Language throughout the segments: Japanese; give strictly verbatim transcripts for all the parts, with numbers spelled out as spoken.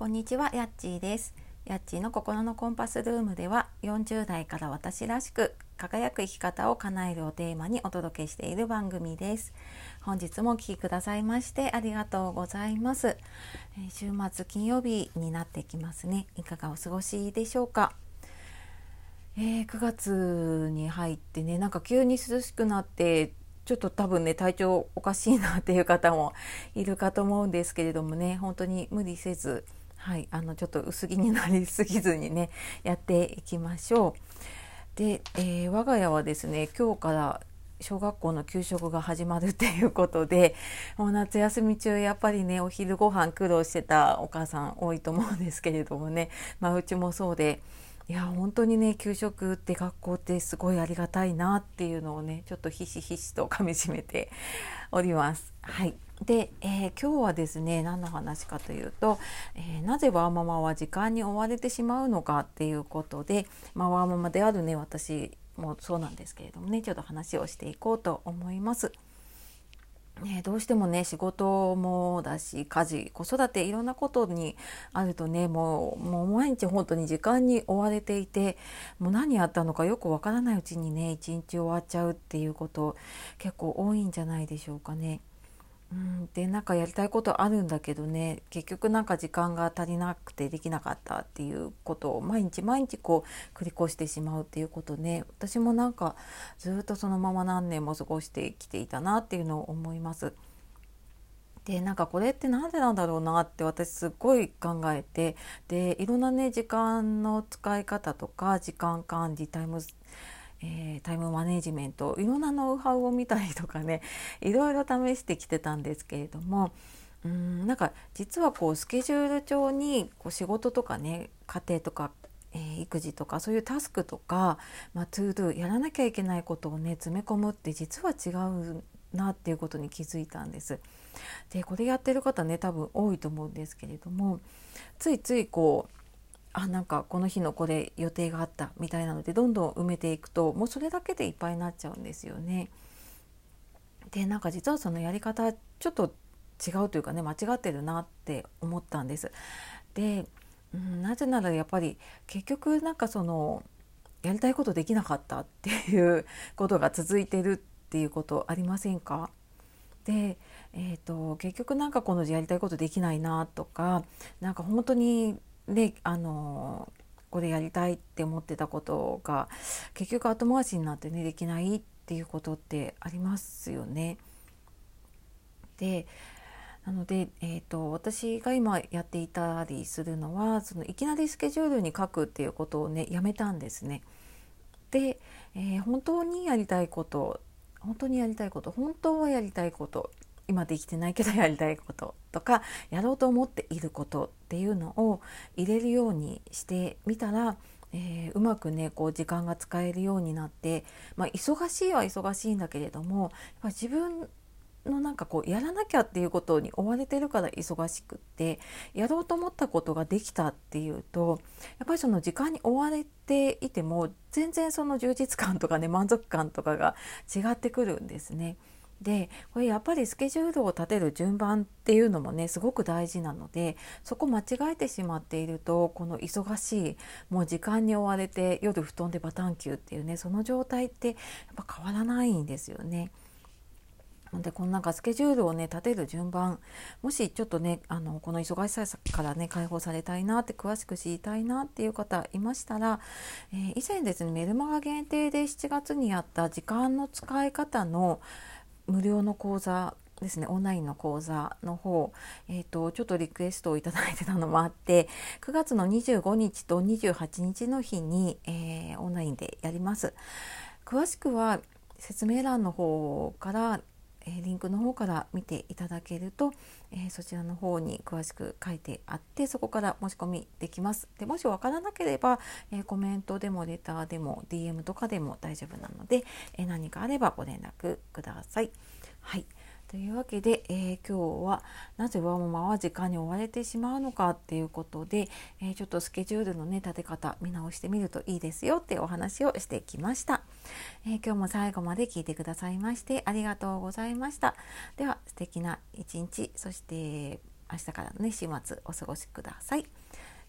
こんにちは、やっちーです。やっちーの心のコンパスルームでは、よんじゅう代から私らしく輝く生き方を叶えるをテーマにお届けしている番組です。本日もお聞きくださいましてありがとうございます。えー、週末金曜日になってきますね。いかがお過ごしでしょうか。えー、くがつに入ってね、なんか急に涼しくなってちょっと多分ね体調おかしいなっていう方もいるかと思うんですけれどもね、本当に無理せず、はい、あのちょっと薄着になりすぎずにねやっていきましょう。で、えー、我が家はですね、今日から小学校の給食が始まるっていうことで、もう夏休み中やっぱりねお昼ご飯苦労してたお母さん多いと思うんですけれどもね、まあ、うちもそうで、いや本当にね給食って学校ってすごいありがたいなっていうのをねちょっとひしひしとかみしめております。はい。で、えー、今日はですね何の話かというと、えー、なぜワーママは時間に追われてしまうのかっていうことで、まあ、ワーママであるね私もそうなんですけれどもね、ちょっと話をしていこうと思います。ね、どうしてもね仕事もだし家事子育ていろんなことにあるとね、もう、もう毎日本当に時間に追われていて、もう何やったのかよくわからないうちにね一日終わっちゃうっていうこと結構多いんじゃないでしょうかね。うん、でなんかやりたいことあるんだけどね、結局なんか時間が足りなくてできなかったっていうことを毎日毎日こう繰り越してしまうっていうことね、私もなんかずっとそのまま何年も過ごしてきていたなっていうのを思います。でなんかこれってなんでなんだろうなって私すっごい考えて、でいろんなね時間の使い方とか時間管理、タイムえー、タイムマネジメント、いろんなノウハウを見たりとかね、いろいろ試してきてたんですけれども、うーんなんか実はこうスケジュール帳にこう仕事とかね家庭とか、えー育児とかそういうタスクとか、まあ、トゥードゥやらなきゃいけないことをね詰め込むって実は違うなっていうことに気づいたんです。でこれやってる方ね多分多いと思うんですけれども、ついついこうあなんかこの日のこれ予定があったみたいなのでどんどん埋めていくと、もうそれだけでいっぱいになっちゃうんですよね。でなんか実はそのやり方ちょっと違うというかね、間違ってるなって思ったんです。で、うん、なぜならやっぱり結局なんかそのやりたいことできなかったっていうことが続いてるっていうことありませんか？で、えーと、結局なんかこのやりたいことできないなとか、なんか本当にねあのこれやりたいって思ってたことが結局後回しになってねできないっていうことってありますよね。でなので、えーと、私が今やっていたりするのは、そのいきなりスケジュールに書くっていうことをねやめたんですね。で、えー本当にやりたいこと本当にやりたいこと本当はやりたいこと、今できてないけどやりたいこととかやろうと思っていることっていうのを入れるようにしてみたら、えーうまくねこう時間が使えるようになって、まあ、忙しいは忙しいんだけれども、やっぱ自分のなんかこうやらなきゃっていうことに追われてるから忙しくって、やろうと思ったことができたっていうと、やっぱりその時間に追われていても全然その充実感とかね満足感とかが違ってくるんですね。でこれやっぱりスケジュールを立てる順番っていうのもねすごく大事なので、そこ間違えてしまっていると、この忙しいもう時間に追われて夜布団でバタンキューっていうねその状態ってやっぱ変わらないんですよね。でこのなんかスケジュールをね立てる順番、もしちょっとねあのこの忙しさからね解放されたいなって詳しく知りたいなっていう方いましたら、えー、以前ですねメルマガ限定でしちがつにやった時間の使い方の無料の講座ですね、オンラインの講座の方、えーと、ちょっとリクエストをいただいてたのもあって、くがつのにじゅうごにちとにじゅうはちにちの日に、えー、オンラインでやります。詳しくは説明欄の方からリンクの方から見ていただけると、えー、そちらの方に詳しく書いてあって、そこから申し込みできます。でもしわからなければ、えー、コメントでもレターでも ディーエム とかでも大丈夫なので、えー、何かあればご連絡ください。はい、というわけで、えー、今日はなぜワーママは時間に追われてしまうのかっていうことで、えー、ちょっとスケジュールのね立て方見直してみるといいですよっていうお話をしてきました。えー、今日も最後まで聞いてくださいましてありがとうございました。では素敵な一日、そして明日からのね週末お過ごしください。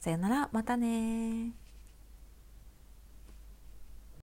さよなら、またね。